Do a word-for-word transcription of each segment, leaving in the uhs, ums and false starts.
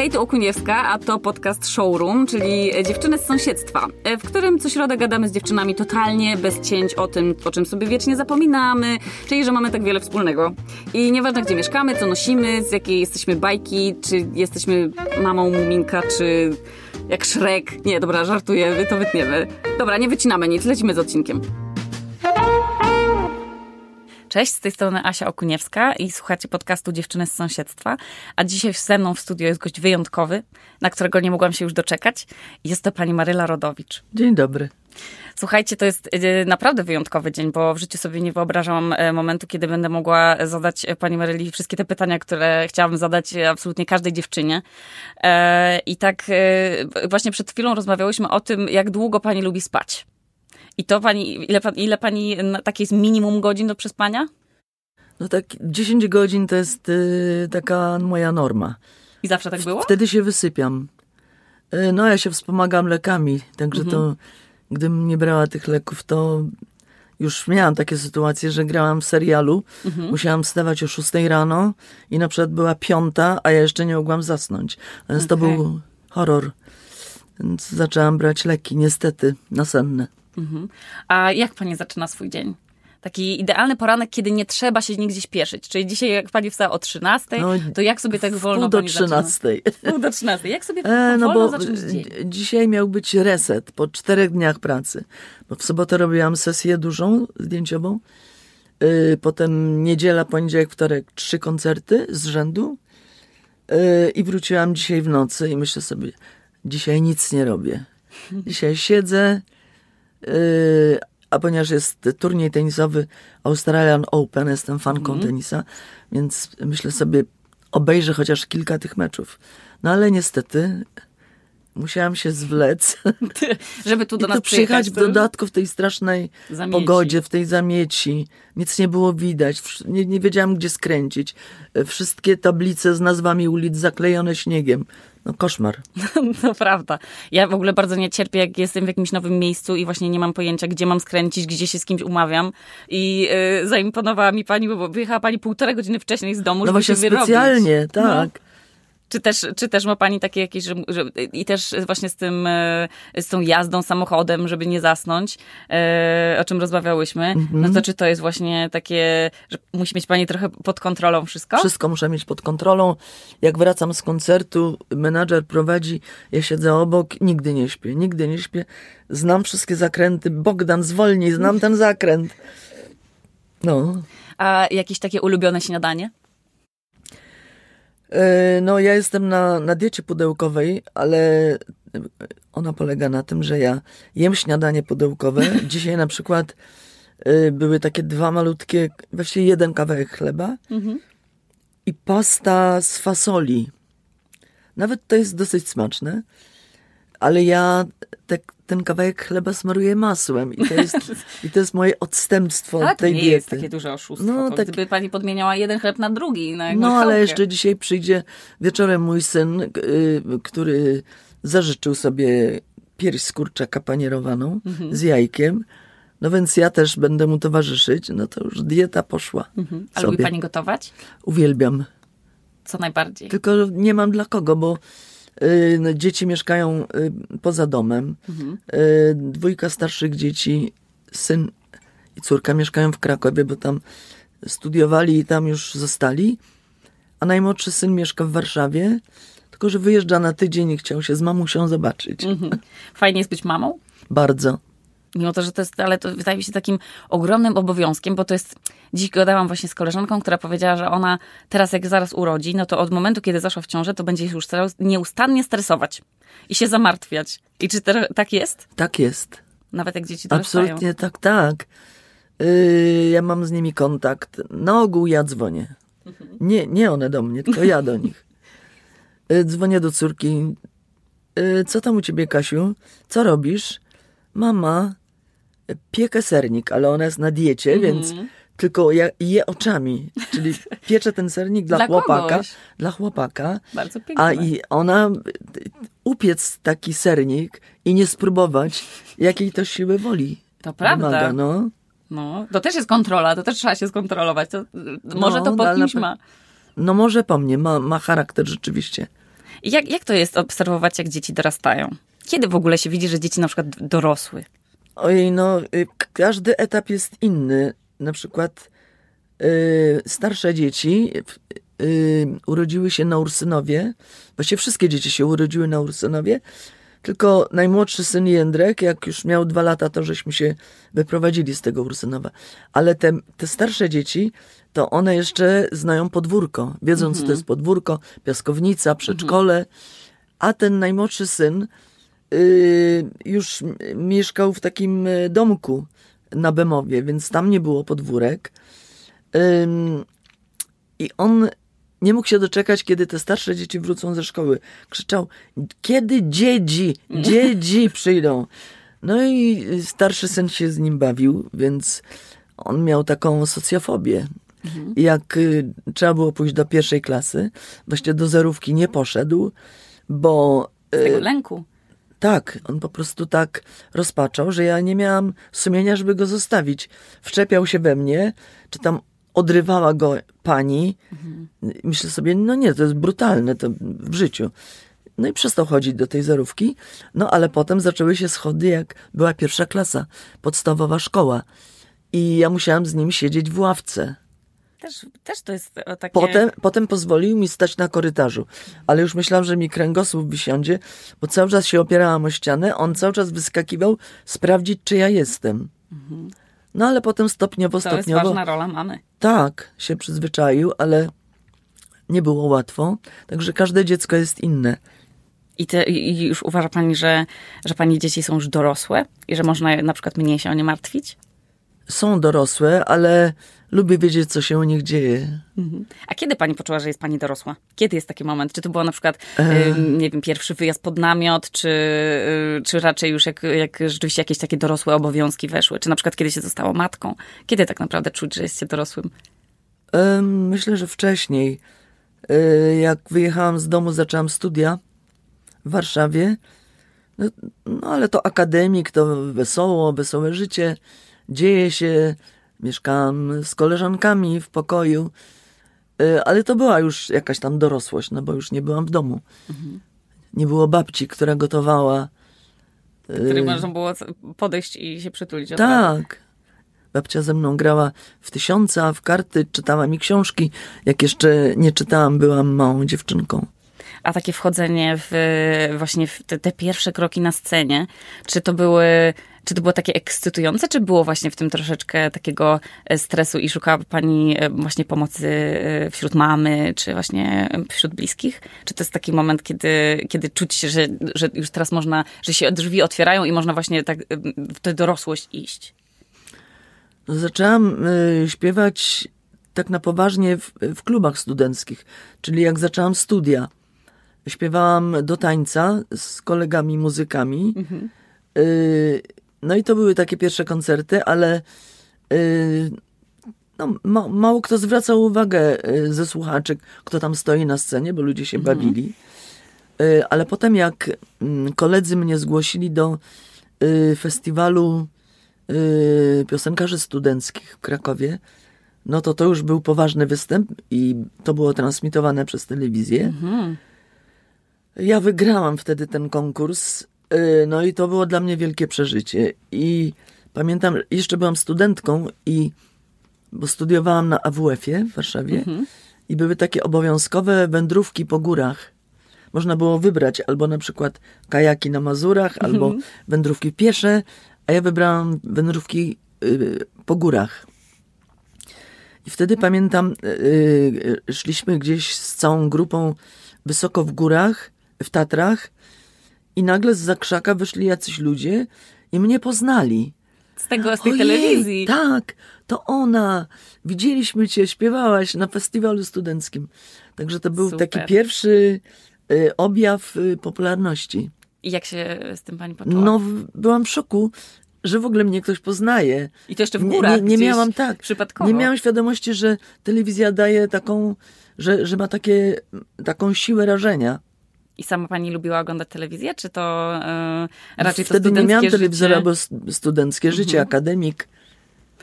Hej, tu Okuniewska, a to podcast Showroom, czyli Dziewczyny z sąsiedztwa, w którym co środę gadamy z dziewczynami totalnie bez cięć o tym, o czym sobie wiecznie zapominamy, czyli że mamy tak wiele wspólnego. I nieważne, gdzie mieszkamy, co nosimy, z jakiej jesteśmy bajki, czy jesteśmy mamą Muminka, czy jak Shrek. Nie, dobra, żartuję, to wytniemy. Dobra, nie wycinamy nic, lecimy z odcinkiem. Cześć, z tej strony Asia Okuniewska i słuchacie podcastu Dziewczyny z sąsiedztwa. A dzisiaj ze mną w studio jest gość wyjątkowy, na którego nie mogłam się już doczekać. Jest to pani Maryla Rodowicz. Dzień dobry. Słuchajcie, to jest naprawdę wyjątkowy dzień, bo w życiu sobie nie wyobrażam momentu, kiedy będę mogła zadać pani Maryli wszystkie te pytania, które chciałabym zadać absolutnie każdej dziewczynie. I tak właśnie przed chwilą rozmawiałyśmy o tym, jak długo pani lubi spać. I to pani, ile, ile pani, takie jest minimum godzin do przespania? No tak, dziesięć godzin to jest y, taka moja norma. I zawsze tak było? Wtedy się wysypiam. Y, no ja się wspomagam lekami, także mhm. to gdybym nie brała tych leków, to już miałam takie sytuacje, że grałam w serialu, mhm. musiałam wstawać o szóstej rano i na przykład była piąta, a ja jeszcze nie mogłam zasnąć. Więc okay. to był horror. Więc zaczęłam brać leki, niestety, nasenne. Mhm. A jak pani zaczyna swój dzień? Taki idealny poranek, kiedy nie trzeba się nigdzie śpieszyć. Czyli dzisiaj jak pani wstała o trzynastej, no, to jak sobie tak wolno pół do pani trzynastej. zaczyna? Pół do trzynastej. Jak sobie e, no wolno bo zacząć dzień? Dzisiaj miał być reset po czterech dniach pracy. Bo w sobotę robiłam sesję dużą, zdjęciową. Yy, potem niedziela, poniedziałek, wtorek, trzy koncerty z rzędu. Yy, I wróciłam dzisiaj w nocy i myślę sobie, dzisiaj nic nie robię. Dzisiaj siedzę, Yy, a ponieważ jest turniej tenisowy Australian Open, jestem fanką mm. tenisa, więc myślę sobie, obejrzę chociaż kilka tych meczów. No ale niestety musiałam się zwlec, żeby tu do I nas to przyjechać w dodatku w tej strasznej zamieci. pogodzie, w tej zamieci. Nic nie było widać, nie, nie wiedziałam gdzie skręcić. Wszystkie tablice z nazwami ulic zaklejone śniegiem. No koszmar. To prawda. Ja w ogóle bardzo nie cierpię, jak jestem w jakimś nowym miejscu i właśnie nie mam pojęcia, gdzie mam skręcić, gdzie się z kimś umawiam. I yy, zaimponowała mi pani, bo wyjechała pani półtorej godziny wcześniej z domu, no żeby się wyrobić. Specjalnie, tak. No. Czy też, czy też ma pani takie jakieś, że, że, i też właśnie z tym, z tą jazdą samochodem, żeby nie zasnąć, e, o czym rozmawiałyśmy, mm-hmm. no to czy to jest właśnie takie, że musi mieć pani trochę pod kontrolą wszystko? Wszystko muszę mieć pod kontrolą. Jak wracam z koncertu, menadżer prowadzi, ja siedzę obok, nigdy nie śpię, nigdy nie śpię. Znam wszystkie zakręty. Bogdan, zwolnij, znam ten zakręt. No. A jakieś takie ulubione śniadanie? No ja jestem na, na diecie pudełkowej, ale ona polega na tym, że ja jem śniadanie pudełkowe. Dzisiaj na przykład y, były takie dwa malutkie, właściwie jeden kawałek chleba mhm. i pasta z fasoli. Nawet to jest dosyć smaczne, ale ja te, ten kawałek chleba smaruję masłem i to jest, i to jest moje odstępstwo ale od tej nie diety. Jest takie duże oszustwo. No, to tak... Gdyby pani podmieniała jeden chleb na drugi. Na no ale chałkę. jeszcze dzisiaj przyjdzie wieczorem mój syn, y, który zażyczył sobie pierś z kurczaka panierowaną mhm. z jajkiem. No więc ja też będę mu towarzyszyć. No to już dieta poszła. Mhm. A lubi pani gotować? Uwielbiam. Co najbardziej? Tylko nie mam dla kogo, bo y, no, dzieci mieszkają y, poza domem. Mhm. Y, dwójka starszych dzieci, syn i córka mieszkają w Krakowie, bo tam studiowali i tam już zostali. A najmłodszy syn mieszka w Warszawie, tylko że wyjeżdża na tydzień i chciał się z mamusią zobaczyć. Mhm. Fajnie jest być mamą? Bardzo. Mimo to, że to jest, ale to wydaje mi się takim ogromnym obowiązkiem, bo to jest, dziś gadałam właśnie z koleżanką, która powiedziała, że ona teraz jak zaraz urodzi, no to od momentu, kiedy zaszła w ciążę, to będzie się już nieustannie stresować i się zamartwiać. I czy to, tak jest? Tak jest. Nawet jak dzieci dorastają? Absolutnie tak, tak. Yy, ja mam z nimi kontakt. Na ogół ja dzwonię. Mhm. Nie, nie one do mnie, tylko ja do nich. Yy, dzwonię do córki. Yy, co tam u ciebie, Kasiu? Co robisz? Mama, piekę sernik, ale ona jest na diecie, mm. więc tylko ja je oczami. Czyli pieczę ten sernik dla, dla chłopaka. Kogoś. Dla chłopaka. Bardzo piękne. A i ona upiec taki sernik i nie spróbować, jakiej to siły woli. To prawda. Wymaga, no. No, to też jest kontrola, to też trzeba się skontrolować. To, może no, to po kimś pe- ma. No może po mnie, ma, ma charakter rzeczywiście. I jak, jak to jest obserwować, jak dzieci dorastają? Kiedy w ogóle się widzi, że dzieci na przykład dorosły? Ojej, no y, każdy etap jest inny. Na przykład y, starsze dzieci y, urodziły się na Ursynowie. Właściwie wszystkie dzieci się urodziły na Ursynowie. Tylko najmłodszy syn Jędrek, jak już miał dwa lata, to żeśmy się wyprowadzili z tego Ursynowa. Ale te, te starsze dzieci, to one jeszcze znają podwórko. Wiedzą, mhm. co to jest podwórko, piaskownica, przedszkole. Mhm. A ten najmłodszy syn y, już mieszkał w takim domku na Bemowie, więc tam nie było podwórek. Y, I on nie mógł się doczekać, kiedy te starsze dzieci wrócą ze szkoły. Krzyczał, kiedy dzieci, dzieci przyjdą. No i starszy syn się z nim bawił, więc on miał taką socjofobię. Mhm. Jak y, trzeba było pójść do pierwszej klasy, właśnie do zerówki nie poszedł, bo... Z tego lęku. Tak, on po prostu tak rozpaczał, że ja nie miałam sumienia, żeby go zostawić. Wszczepiał się we mnie, czy tam odrywała go pani. Mhm. Myślę sobie, no nie, to jest brutalne to w życiu. No i przestał chodzić do tej zerówki. No ale potem zaczęły się schody, jak była pierwsza klasa, podstawowa szkoła. I ja musiałam z nim siedzieć w ławce. Też, też to jest takie... Potem, potem pozwolił mi stać na korytarzu. Ale już myślałam, że mi kręgosłup wysiądzie, bo cały czas się opierałam o ścianę. On cały czas wyskakiwał sprawdzić, czy ja jestem. Mhm. No ale potem stopniowo, to stopniowo... To jest ważna rola mamy. Tak, się przyzwyczaił, ale nie było łatwo. Także każde dziecko jest inne. I, te, i już uważa pani, że, że pani dzieci są już dorosłe? I że można na przykład mniej się o nie martwić? Są dorosłe, ale lubię wiedzieć, co się u nich dzieje. Mhm. A kiedy pani poczuła, że jest pani dorosła? Kiedy jest taki moment? Czy to było na przykład, e... nie wiem, pierwszy wyjazd pod namiot, czy, czy raczej już jak, jak rzeczywiście jakieś takie dorosłe obowiązki weszły? Czy na przykład kiedy się zostało matką? Kiedy tak naprawdę czuć, że jest się dorosłym? Myślę, że wcześniej. Jak wyjechałam z domu, zaczęłam studia w Warszawie. No, no ale to akademik, to wesoło, wesołe życie. Dzieje się, mieszkałam z koleżankami w pokoju, ale to była już jakaś tam dorosłość, no bo już nie byłam w domu. Mhm. Nie było babci, która gotowała. Której można było podejść i się przytulić. Tak. Razu. Babcia ze mną grała w tysiąca, w karty, czytała mi książki. Jak jeszcze nie czytałam, byłam małą dziewczynką. A takie wchodzenie w właśnie w te, te pierwsze kroki na scenie, czy to były... Czy to było takie ekscytujące, czy było właśnie w tym troszeczkę takiego stresu i szukała pani właśnie pomocy wśród mamy, czy właśnie wśród bliskich? Czy to jest taki moment, kiedy, kiedy czuć się, że, że już teraz można, że się drzwi otwierają i można właśnie tak w tę dorosłość iść? Zaczęłam y, śpiewać tak na poważnie w, w klubach studenckich, czyli jak zaczęłam studia. Śpiewałam do tańca z kolegami muzykami. Mhm. Y, No i to były takie pierwsze koncerty, ale yy, no, ma, mało kto zwracał uwagę yy, ze słuchaczy, kto tam stoi na scenie, bo ludzie się mhm. bawili. Yy, ale potem jak yy, koledzy mnie zgłosili do yy, festiwalu yy, piosenkarzy studenckich w Krakowie, no to to już był poważny występ i to było transmitowane przez telewizję. Mhm. Ja wygrałam wtedy ten konkurs. No i to było dla mnie wielkie przeżycie. I pamiętam, jeszcze byłam studentką, i bo studiowałam na A W F-ie w Warszawie mhm. i były takie obowiązkowe wędrówki po górach. Można było wybrać albo na przykład kajaki na Mazurach, mhm. albo wędrówki piesze, a ja wybrałam wędrówki y, po górach. I wtedy pamiętam, y, y, szliśmy gdzieś z całą grupą wysoko w górach, w Tatrach, i nagle z zakrzaka wyszli jacyś ludzie i mnie poznali. Z tego, z tej Ojej, telewizji. Tak, to ona. Widzieliśmy cię, śpiewałaś na festiwalu studenckim. Także to był Super. taki pierwszy y, objaw y, popularności. I jak się z tym pani poczuła? No, w, byłam w szoku, że w ogóle mnie ktoś poznaje. I to jeszcze w górach. Nie, nie, nie miałam tak. Przypadkowo. Nie miałam świadomości, że telewizja daje taką, że, że ma takie, taką siłę rażenia. I sama pani lubiła oglądać telewizję, czy to yy, raczej Wtedy to studenckie nie miałam życie? telewizora, bo studenckie życie, mhm. akademik.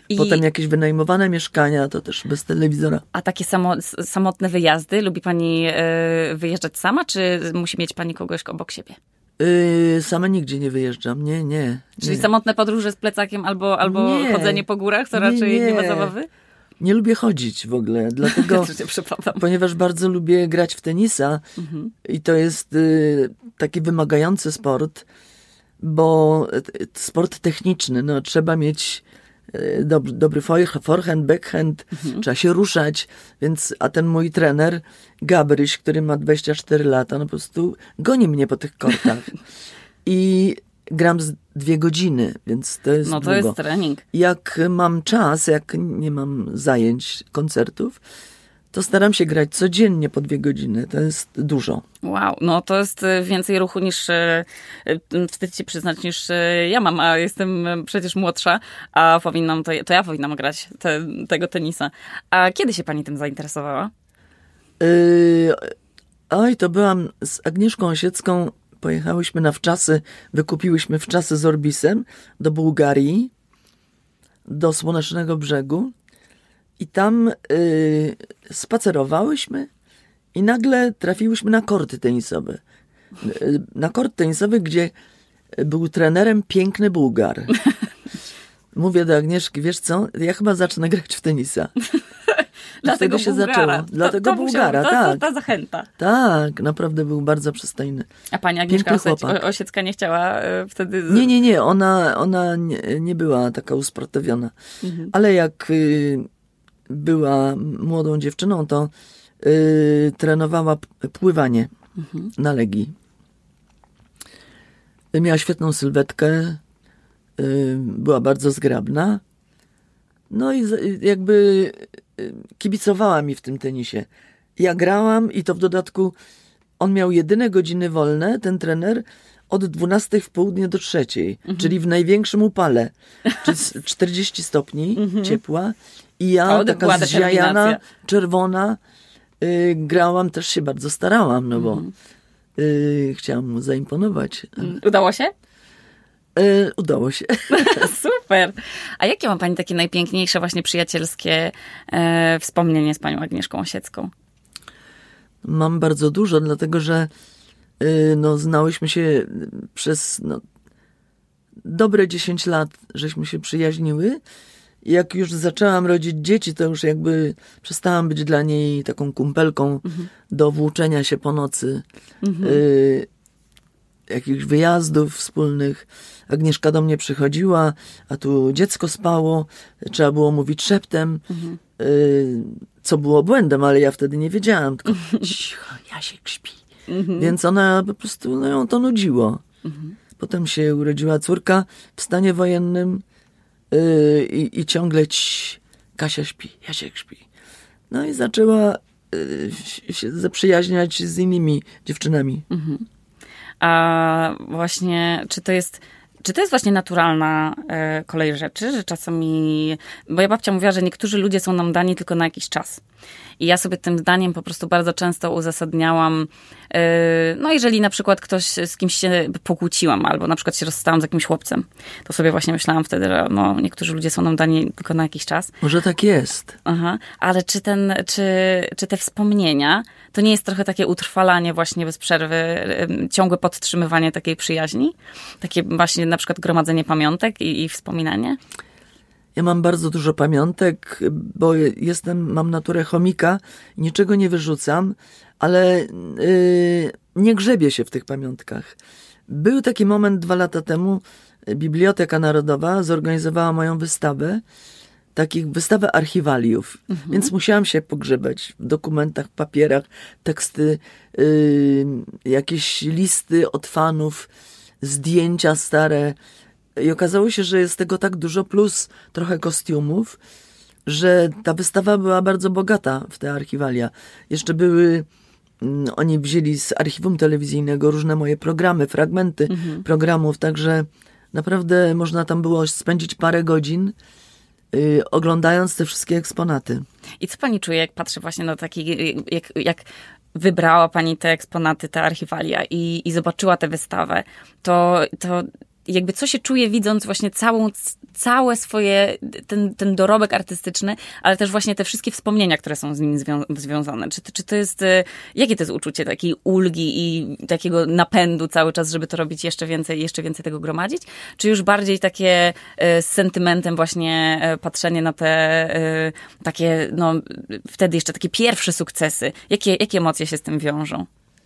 I... Potem jakieś wynajmowane mieszkania, to też bez telewizora. A takie samo, samotne wyjazdy? Lubi pani y, wyjeżdżać sama, czy musi mieć pani kogoś obok siebie? Yy, sama nigdzie nie wyjeżdżam, nie, nie. Czyli nie. samotne podróże z plecakiem albo, albo nie, chodzenie po górach, to raczej nie, nie. nie ma zabawy? Nie lubię chodzić w ogóle, dlatego, ponieważ bardzo lubię grać w tenisa mhm. i to jest y, taki wymagający sport, bo y, sport techniczny, no trzeba mieć y, dob, dobry forehand, backhand, mhm. trzeba się ruszać, więc, a ten mój trener Gabryś, który ma dwadzieścia cztery lata, no po prostu goni mnie po tych kortach i gram z dwie godziny, więc to jest No to długo. jest trening. Jak mam czas, jak nie mam zajęć, koncertów, to staram się grać codziennie po dwie godziny. To jest dużo. Wow, no to jest więcej ruchu niż, wstyd ci przyznać, niż ja mam, a jestem przecież młodsza, a powinnam, to, to ja powinnam grać te, tego tenisa. A kiedy się pani tym zainteresowała? Yy, oj, to byłam z Agnieszką Osiecką. Pojechałyśmy na wczasy, wykupiłyśmy wczasy z Orbisem do Bułgarii, do Słonecznego Brzegu i tam y, spacerowałyśmy i nagle trafiłyśmy na korty tenisowe. Y, na kort tenisowy, gdzie był trenerem piękny Bułgar. Mówię do Agnieszki, wiesz co, ja chyba zacznę grać w tenisa. Dlatego się Bułgara. zaczęło. Dlatego to, to Bułgara, musiał, tak. To, to, ta zachęta. Tak, naprawdę był bardzo przystojny. A pani Agnieszka Osiec- Osiecka nie chciała y, wtedy... Nie, nie, nie. Ona, ona nie, nie była taka usportowiona. Mhm. Ale jak y, była młodą dziewczyną, to y, trenowała p- pływanie mhm. na Legii. Miała świetną sylwetkę. Y, była bardzo zgrabna. No i z, jakby kibicowała mi w tym tenisie. Ja grałam i to w dodatku on miał jedyne godziny wolne, ten trener, od dwunastej w południe do trzeciej, mhm. czyli w największym upale, czyli czterdzieści stopni mhm. ciepła i ja taka zziajana, czerwona, y, grałam, też się bardzo starałam, no bo mhm. y, chciałam mu zaimponować. Udało się? Y, udało się. Super. A jakie ma pani takie najpiękniejsze właśnie przyjacielskie e, wspomnienie z panią Agnieszką Osiecką? Mam bardzo dużo, dlatego że y, no, znałyśmy się przez no, dobre dziesięć lat, żeśmy się przyjaźniły. I jak już zaczęłam rodzić dzieci, to już jakby przestałam być dla niej taką kumpelką mhm. do włóczenia się po nocy. Mhm. Y, jakichś wyjazdów wspólnych. Agnieszka do mnie przychodziła, a tu dziecko spało, trzeba było mówić szeptem, mhm. y, co było błędem, ale ja wtedy nie wiedziałam, tylko cicho, Jasiek śpi. Mhm. Więc ona po prostu, no ją to nudziło. Mhm. Potem się urodziła córka w stanie wojennym y, i, i ciągle ci, Kasia śpi, Jasiek śpi. No i zaczęła y, się zaprzyjaźniać z innymi dziewczynami. Mhm. A właśnie, czy to jest, czy to jest właśnie naturalna e, kolej rzeczy, że czasami, bo ja babcia mówiła, że niektórzy ludzie są nam dani tylko na jakiś czas. I ja sobie tym zdaniem po prostu bardzo często uzasadniałam, yy, no jeżeli na przykład ktoś z kimś się pokłóciłam, albo na przykład się rozstałam z jakimś chłopcem, to sobie właśnie myślałam wtedy, że no, niektórzy ludzie są nam dani tylko na jakiś czas. Może tak jest. Aha, ale czy ten, czy, czy te wspomnienia, to nie jest trochę takie utrwalanie właśnie bez przerwy, yy, ciągłe podtrzymywanie takiej przyjaźni? Takie właśnie na przykład gromadzenie pamiątek i, i wspominanie? Ja mam bardzo dużo pamiątek, bo jestem, mam naturę chomika, niczego nie wyrzucam, ale yy, nie grzebię się w tych pamiątkach. Był taki moment dwa lata temu, Biblioteka Narodowa zorganizowała moją wystawę, takich wystawę archiwaliów, mhm. więc musiałam się pogrzebać w dokumentach, papierach, teksty, yy, jakieś listy od fanów, zdjęcia stare. I okazało się, że jest tego tak dużo, plus trochę kostiumów, że ta wystawa była bardzo bogata w te archiwalia. Jeszcze były, oni wzięli z archiwum telewizyjnego różne moje programy, fragmenty mhm. programów, także naprawdę można tam było spędzić parę godzin yy, oglądając te wszystkie eksponaty. I co pani czuje, jak patrzy właśnie na takie, jak, jak wybrała pani te eksponaty, te archiwalia i, i zobaczyła tę wystawę, to... to jakby co się czuje widząc właśnie całą, całe swoje, ten, ten dorobek artystyczny, ale też właśnie te wszystkie wspomnienia, które są z nim zwią- związane. Czy, czy to jest, jakie to jest uczucie takiej ulgi i takiego napędu cały czas, żeby to robić jeszcze więcej, jeszcze więcej tego gromadzić? Czy już bardziej takie z sentymentem właśnie patrzenie na te takie, no wtedy jeszcze takie pierwsze sukcesy? Jakie, jakie emocje się z tym wiążą?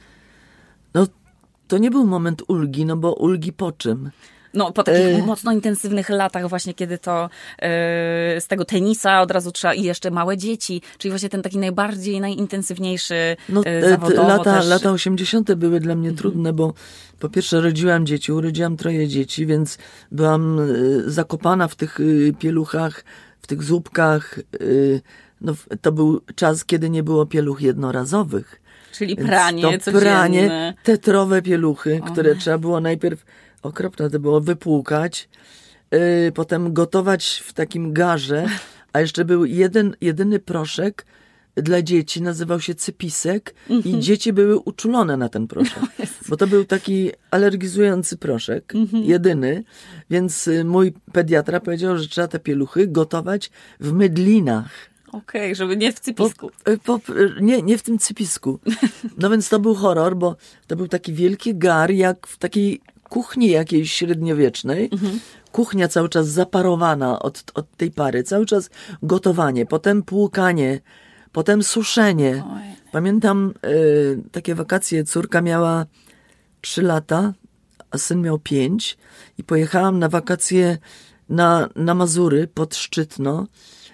No, to nie był moment ulgi, no bo ulgi po czym? No, po takich e... mocno intensywnych latach właśnie, kiedy to yy, z tego tenisa od razu trzeba i jeszcze małe dzieci, czyli właśnie ten taki najbardziej, najintensywniejszy no, yy, zawodowo lata, też. Lata osiemdziesiąte były dla mnie mhm. trudne, bo po pierwsze rodziłam dzieci, urodziłam troje dzieci, więc byłam yy, zakopana w tych yy, pieluchach, w tych zupkach. Yy, no, to był czas, kiedy nie było pieluch jednorazowych. Czyli pranie to codzienne. pranie, tetrowe pieluchy, o. które trzeba było najpierw, okropne to było, wypłukać, yy, potem gotować w takim garze, a jeszcze był jeden, jedyny proszek dla dzieci, nazywał się cypisek mm-hmm. i dzieci były uczulone na ten proszek, bo to był taki alergizujący proszek, mm-hmm. jedyny, więc mój pediatra powiedział, że trzeba te pieluchy gotować w mydlinach. Okej, okay, żeby nie w cypisku. Po, po, nie, nie w tym cypisku. No więc to był horror, bo to był taki wielki gar, jak w takiej kuchni jakiejś średniowiecznej. Mhm. Kuchnia cały czas zaparowana od, od tej pary. Cały czas gotowanie, potem płukanie, potem suszenie. Oj. Pamiętam y, takie wakacje. Córka miała trzy lata, a syn miał pięć. I pojechałam na wakacje na, na Mazury pod Szczytno.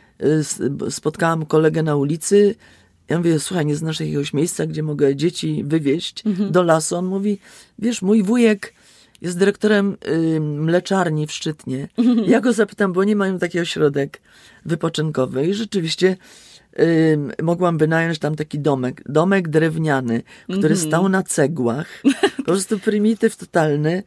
Spotkałam kolegę na ulicy. Ja mówię, słuchaj, nie znasz jakiegoś miejsca, gdzie mogę dzieci wywieźć mhm. do lasu? On mówi, wiesz, mój wujek jest dyrektorem y, mleczarni w Szczytnie. Mhm. Ja go zapytam, bo nie mają taki ośrodek wypoczynkowy. I rzeczywiście y, mogłam wynająć tam taki domek. Domek drewniany, który mhm. stał na cegłach. Po prostu prymityw totalny.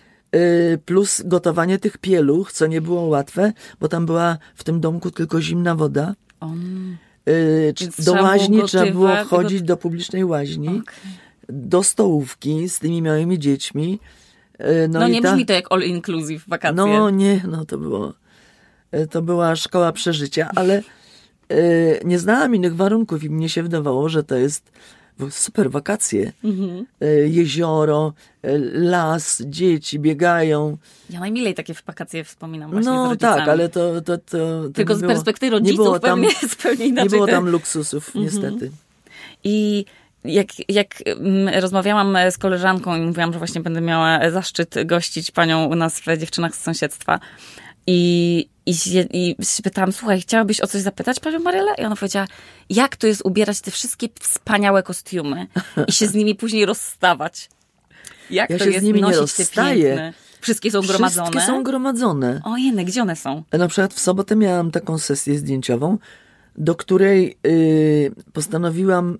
Plus gotowanie tych pieluch, co nie było łatwe, bo tam była w tym domku tylko zimna woda. Um, do łaźni trzeba było chodzić, do publicznej łaźni, okay. do stołówki z tymi małymi dziećmi. No, no nie ta... brzmi to jak all inclusive wakacje. No nie, no to było, to była szkoła przeżycia, ale nie znałam innych warunków i mnie się wydawało, że to jest super wakacje. Mhm. Jezioro, las, dzieci biegają. Ja najmilej takie wakacje wspominam właśnie no, z rodzicami. tak, ale to... to, to, to Tylko z było, perspektywy rodziców pewnie tam, zupełnie inaczej. Nie było tam luksusów, mhm. niestety. I jak, jak rozmawiałam z koleżanką i mówiłam, że właśnie będę miała zaszczyt gościć panią u nas w Dziewczynach z Sąsiedztwa. I, i, I się pytałam, słuchaj, chciałabyś o coś zapytać panią Marielę? I ona powiedziała, jak to jest ubierać te wszystkie wspaniałe kostiumy i się z nimi później rozstawać? Jak ja to się jest z nimi nosić nie rozstaję. te piękne? Wszystkie są gromadzone? Wszystkie są gromadzone. Ojej, gdzie one są? Na przykład w sobotę miałam taką sesję zdjęciową, do której yy, postanowiłam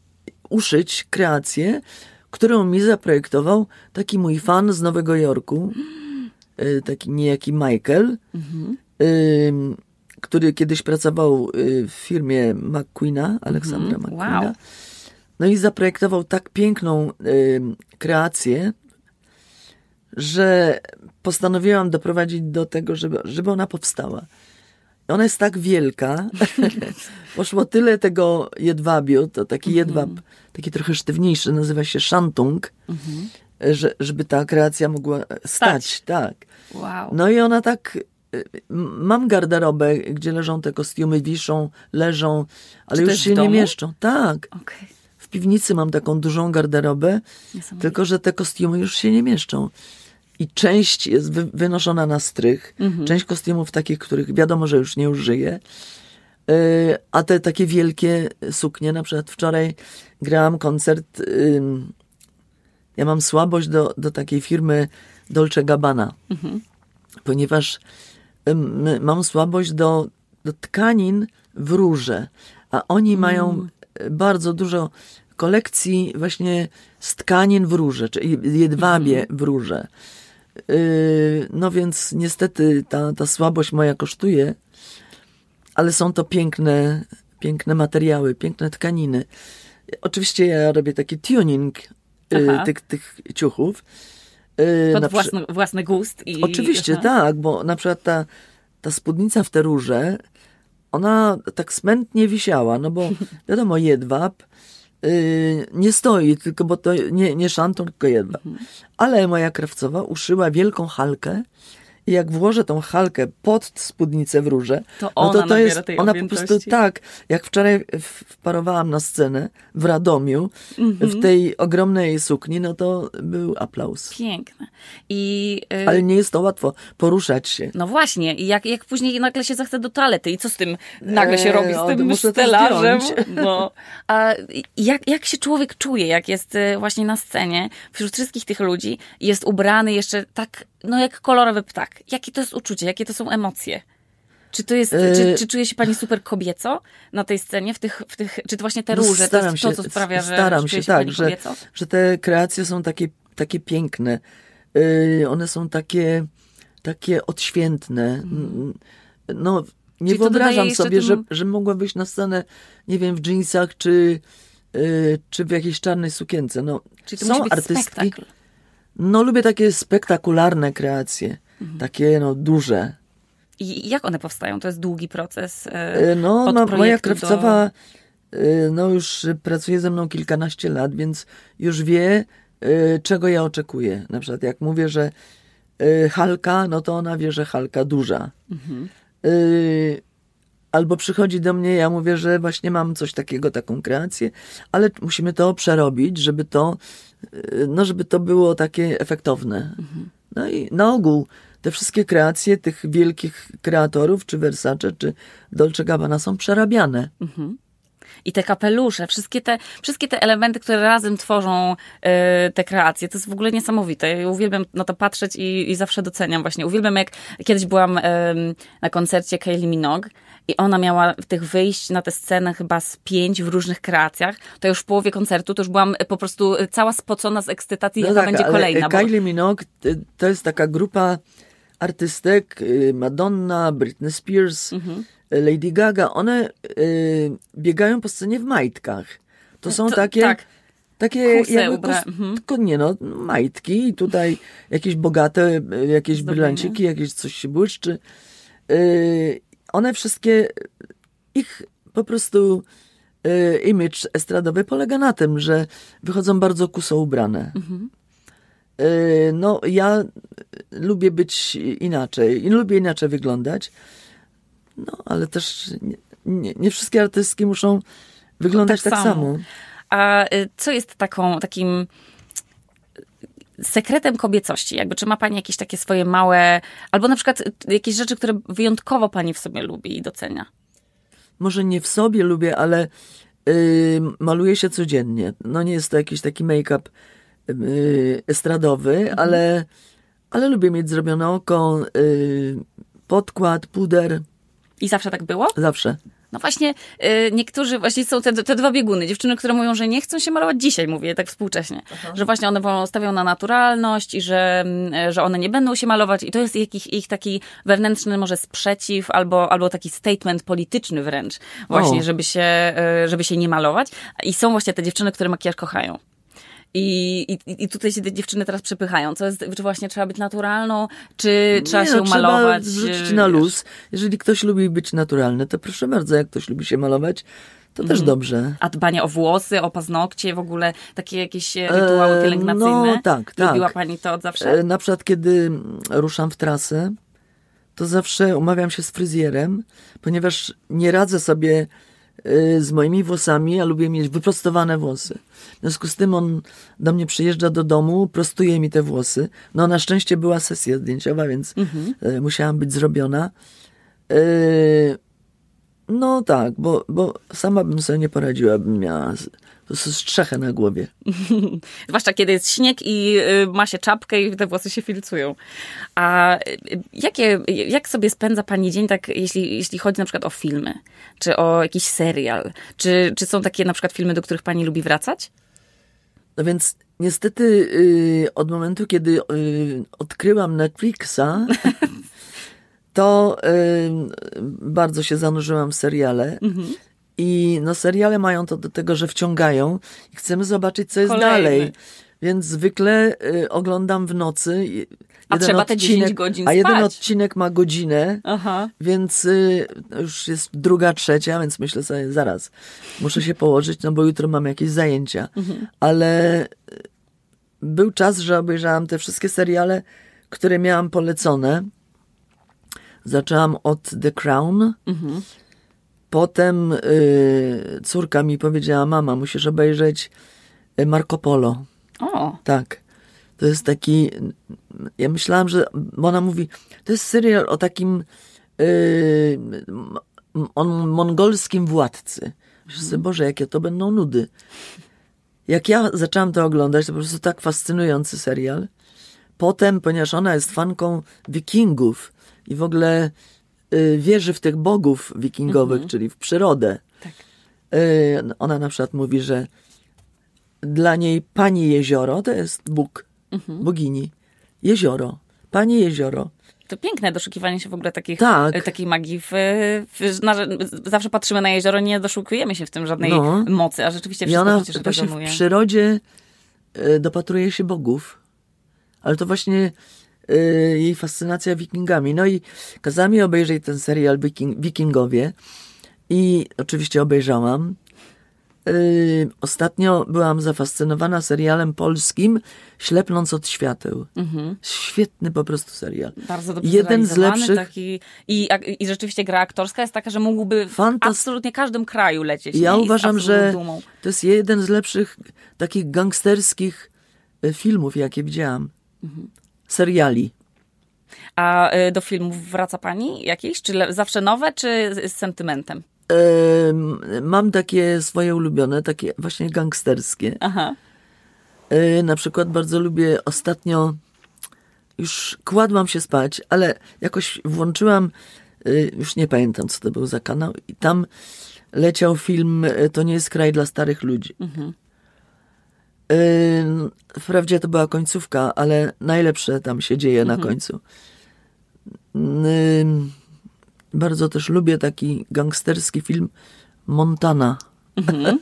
uszyć kreację, którą mi zaprojektował taki mój fan z Nowego Jorku. Taki niejaki Michael, mhm. y, który kiedyś pracował w firmie McQueena, Aleksandra mhm. McQueena. Wow. No i zaprojektował tak piękną y, kreację, że postanowiłam doprowadzić do tego, żeby, żeby ona powstała. Ona jest tak wielka, poszło tyle tego jedwabiu, to taki mhm. jedwab, taki trochę sztywniejszy, nazywa się shantung, mhm. że, żeby ta kreacja mogła stać. stać. Tak. Wow. No i ona tak, mam garderobę, gdzie leżą te kostiumy, wiszą, leżą, ale Czy już się nie mieszczą. Tak. Okay. W piwnicy mam taką dużą garderobę, tylko że te kostiumy już się nie mieszczą. I część jest wy, wynoszona na strych, mhm. część kostiumów takich, których wiadomo, że już nie użyję. Yy, a te takie wielkie suknie, na przykład wczoraj grałam koncert, yy, ja mam słabość do, do takiej firmy Dolce Gabbana, mhm. ponieważ yy, mam słabość do, do tkanin w róże, a oni mm. mają bardzo dużo kolekcji właśnie z tkanin w róże, czyli jedwabie mhm. w róże. Yy, no więc niestety ta, ta słabość moja kosztuje, ale są to piękne, piękne materiały, piękne tkaniny. Oczywiście ja robię taki tuning yy, tych, tych ciuchów. Pod na własny, przy... własny gust. I... Oczywiście, Aha. tak, bo na przykład ta, ta spódnica w te róże, ona tak smętnie wisiała, no bo wiadomo, jedwab yy, nie stoi, tylko bo to nie, nie szanton, tylko jedwab. Ale moja krawcowa uszyła wielką halkę i jak włożę tą halkę pod spódnicę w róże, to ona, no to, to jest, tej ona po prostu tak, jak wczoraj wparowałam na scenę w Radomiu, mm-hmm. w tej ogromnej sukni, no to był aplauz. Piękne. I, yy... Ale nie jest to łatwo poruszać się. No właśnie. I jak, jak później nagle się zachce do toalety i co z tym nagle się robi z eee, tym stelażem? No. A jak, jak się człowiek czuje, jak jest właśnie na scenie, wśród wszystkich tych ludzi, jest ubrany jeszcze tak, no jak kolorowy ptak. Jakie to jest uczucie? Jakie to są emocje? Czy to jest, czy, czy czuje się pani super kobieco na tej scenie, w tych, w tych, czy to właśnie te róże, no to jest się, to, co sprawia, że staram czuje się, się tak, pani że, kobieco? że te kreacje są takie, takie piękne. Yy, one są takie, takie odświętne. Hmm. No, nie Czyli wyobrażam sobie, tym... że, że mogła wyjść na scenę, nie wiem, w dżinsach, czy, yy, czy w jakiejś czarnej sukience. No, Czyli to są musi być artystki. spektakl. No, lubię takie spektakularne kreacje. Mhm. Takie, no, duże. I jak one powstają? To jest długi proces. Yy, no, od no moja krawcowa do... yy, no już pracuje ze mną kilkanaście lat, więc już wie, yy, czego ja oczekuję. Na przykład jak mówię, że yy, halka, no to ona wie, że halka duża. Mhm. Yy, albo przychodzi do mnie, ja mówię, że właśnie mam coś takiego, taką kreację, ale musimy to przerobić, żeby to, yy, no żeby to było takie efektowne. Mhm. No i na ogół te wszystkie kreacje tych wielkich kreatorów, czy Versace, czy Dolce Gabbana są przerabiane. Mhm. I te kapelusze, wszystkie te, wszystkie te elementy, które razem tworzą y, te kreacje, to jest w ogóle niesamowite. Ja uwielbiam na to patrzeć i, i zawsze doceniam właśnie. Uwielbiam, jak kiedyś byłam y, na koncercie Kylie Minogue i ona miała tych wyjść na tę scenę chyba z pięć w różnych kreacjach. To już w połowie koncertu, to już byłam po prostu cała spocona z ekscytacji, no jaka tak, będzie kolejna. Kylie bo... Minogue to jest taka grupa artystek, Madonna, Britney Spears, mhm. Lady Gaga, one y, biegają po scenie w majtkach. To są to, takie... Tak. Takie jakby kos- mhm. tylko nie no, majtki i tutaj jakieś bogate, jakieś Zdobienie. brylanciki, jakieś coś się błyszczy. Y, one wszystkie, ich po prostu y, image estradowy polega na tym, że wychodzą bardzo kuso ubrane. Mhm. Y, no ja lubię być inaczej i lubię inaczej wyglądać. No, ale też nie, nie, nie wszystkie artystki muszą wyglądać tak, tak samo. samo. A co jest taką, takim sekretem kobiecości? Jakby, czy ma pani jakieś takie swoje małe, albo na przykład jakieś rzeczy, które wyjątkowo pani w sobie lubi i docenia? Może nie w sobie lubię, ale yy, maluję się codziennie. No nie jest to jakiś taki make-up yy, estradowy, mhm. ale, ale lubię mieć zrobione oko, yy, podkład, puder. I zawsze tak było? Zawsze. No właśnie, y, niektórzy, właśnie są te, te dwa bieguny. Dziewczyny, które mówią, że nie chcą się malować dzisiaj, mówię tak współcześnie. Aha. Że właśnie one stawią na naturalność i że, że one nie będą się malować. I to jest ich, ich taki wewnętrzny może sprzeciw albo, albo taki statement polityczny wręcz. Właśnie, o. żeby się, żeby się nie malować. I są właśnie te dziewczyny, które makijaż kochają. I, i, I tutaj się te dziewczyny teraz przepychają. Co jest, czy właśnie trzeba być naturalną, czy trzeba nie, się no, malować? Trzeba wrzucić na luz. Jeżeli ktoś lubi być naturalny, to proszę bardzo, jak ktoś lubi się malować, to też mm. dobrze. A dbanie o włosy, o paznokcie, w ogóle takie jakieś rytuały pielęgnacyjne? No tak, tak. Lubiła pani to od zawsze? Na przykład, kiedy ruszam w trasę, to zawsze umawiam się z fryzjerem, ponieważ nie radzę sobie z moimi włosami, ja lubię mieć wyprostowane włosy. W związku z tym on do mnie przyjeżdża do domu, prostuje mi te włosy. No na szczęście była sesja zdjęciowa, więc mm-hmm. musiałam być zrobiona. No tak, bo, bo sama bym sobie nie poradziła, bym miała po prostu strzechę na głowie. Zwłaszcza kiedy jest śnieg i ma się czapkę i te włosy się filcują. A jakie, jak sobie spędza pani dzień, tak jeśli, jeśli chodzi na przykład o filmy, czy o jakiś serial? Czy, czy są takie na przykład filmy, do których pani lubi wracać? No więc niestety yy, od momentu, kiedy yy, odkryłam Netflixa, to yy, bardzo się zanurzyłam w seriale. Mhm. I no seriale mają to do tego, że wciągają i chcemy zobaczyć, co jest Kolejny. dalej. Więc zwykle y, oglądam w nocy. A trzeba te dziesięć godzin A jeden spać. odcinek ma godzinę, Aha. więc y, już jest druga, trzecia, więc myślę sobie, zaraz, muszę się położyć, no bo jutro mam jakieś zajęcia. Mhm. Ale był czas, że obejrzałam te wszystkie seriale, które miałam polecone. Zaczęłam od The Crown. Mhm. Potem y, córka mi powiedziała, mama, musisz obejrzeć Marco Polo. O. Tak. To jest taki... Ja myślałam, że... Bo ona mówi, to jest serial o takim y, o mongolskim władcy. Mhm. Sobie, Boże, jakie to będą nudy. Jak ja zaczęłam to oglądać, to po prostu tak fascynujący serial. Potem, ponieważ ona jest fanką wikingów i w ogóle y, wierzy w tych bogów wikingowych, mhm. czyli w przyrodę. Tak. Y, ona na przykład mówi, że dla niej Pani Jezioro to jest Bóg, mhm. bogini. Jezioro. Pani Jezioro. To piękne doszukiwanie się w ogóle takich, tak. takiej magii. W, w, na, zawsze patrzymy na jezioro, nie doszukujemy się w tym żadnej no. mocy, a rzeczywiście wszystko I ona przecież właśnie rezonuje. W przyrodzie y, dopatruje się bogów. Ale to właśnie y, jej fascynacja wikingami. No i kazała mi obejrzeć ten serial Wiking, Wikingowie i oczywiście obejrzałam. Y, ostatnio byłam zafascynowana serialem polskim Ślepnąc od świateł. Mhm. Świetny po prostu serial. Bardzo dobrze Jeden z lepszych. Taki, i, I rzeczywiście gra aktorska jest taka, że mógłby w Fantast... absolutnie każdym kraju lecieć. Ja nie? uważam, że dumą. To jest jeden z lepszych takich gangsterskich filmów, jakie widziałam. Mhm. Seriali. A do filmów wraca pani jakieś? Czy zawsze nowe, czy z sentymentem? Yy, mam takie swoje ulubione, takie właśnie gangsterskie. Aha. Yy, na przykład bardzo lubię ostatnio, już kładłam się spać, ale jakoś włączyłam, yy, już nie pamiętam, co to był za kanał, i tam leciał film To nie jest kraj dla starych ludzi. Mhm. Yy, wprawdzie to była końcówka, ale najlepsze tam się dzieje mhm. na końcu. Yy, bardzo też lubię taki gangsterski film Montana. Mhm.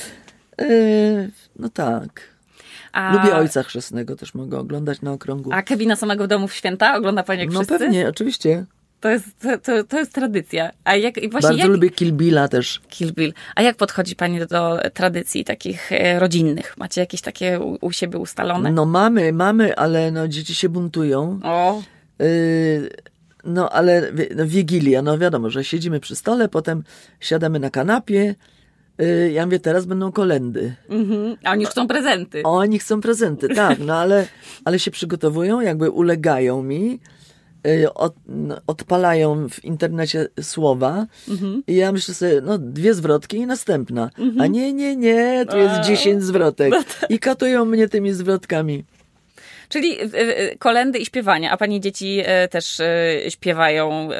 yy, no tak. A... Lubię Ojca Chrzestnego, też mogę oglądać na okrągło. A Kevina Samego w domu w święta ogląda pani jak no wszyscy? No pewnie, oczywiście. To jest, to, to jest tradycja. A jak, właśnie Bardzo jak... lubię Kill Billa też. Kill Bill. A jak podchodzi pani do, do tradycji takich e, rodzinnych? Macie jakieś takie u, u siebie ustalone? No mamy, mamy, ale no dzieci się buntują. O. Y, no ale no, Wigilia, no wiadomo, że siedzimy przy stole, potem siadamy na kanapie. Y, ja mówię, teraz będą kolędy. Mhm. A oni chcą prezenty. Oni chcą prezenty, tak, no ale, ale się przygotowują, jakby ulegają mi. Od, odpalają w internecie słowa mhm. i ja myślę sobie, no dwie zwrotki i następna. Mhm. A nie, nie, nie, tu jest dziesięć zwrotek. No tak. I katują mnie tymi zwrotkami. Czyli y, y, kolędy i śpiewanie. A pani dzieci y, też y, śpiewają y,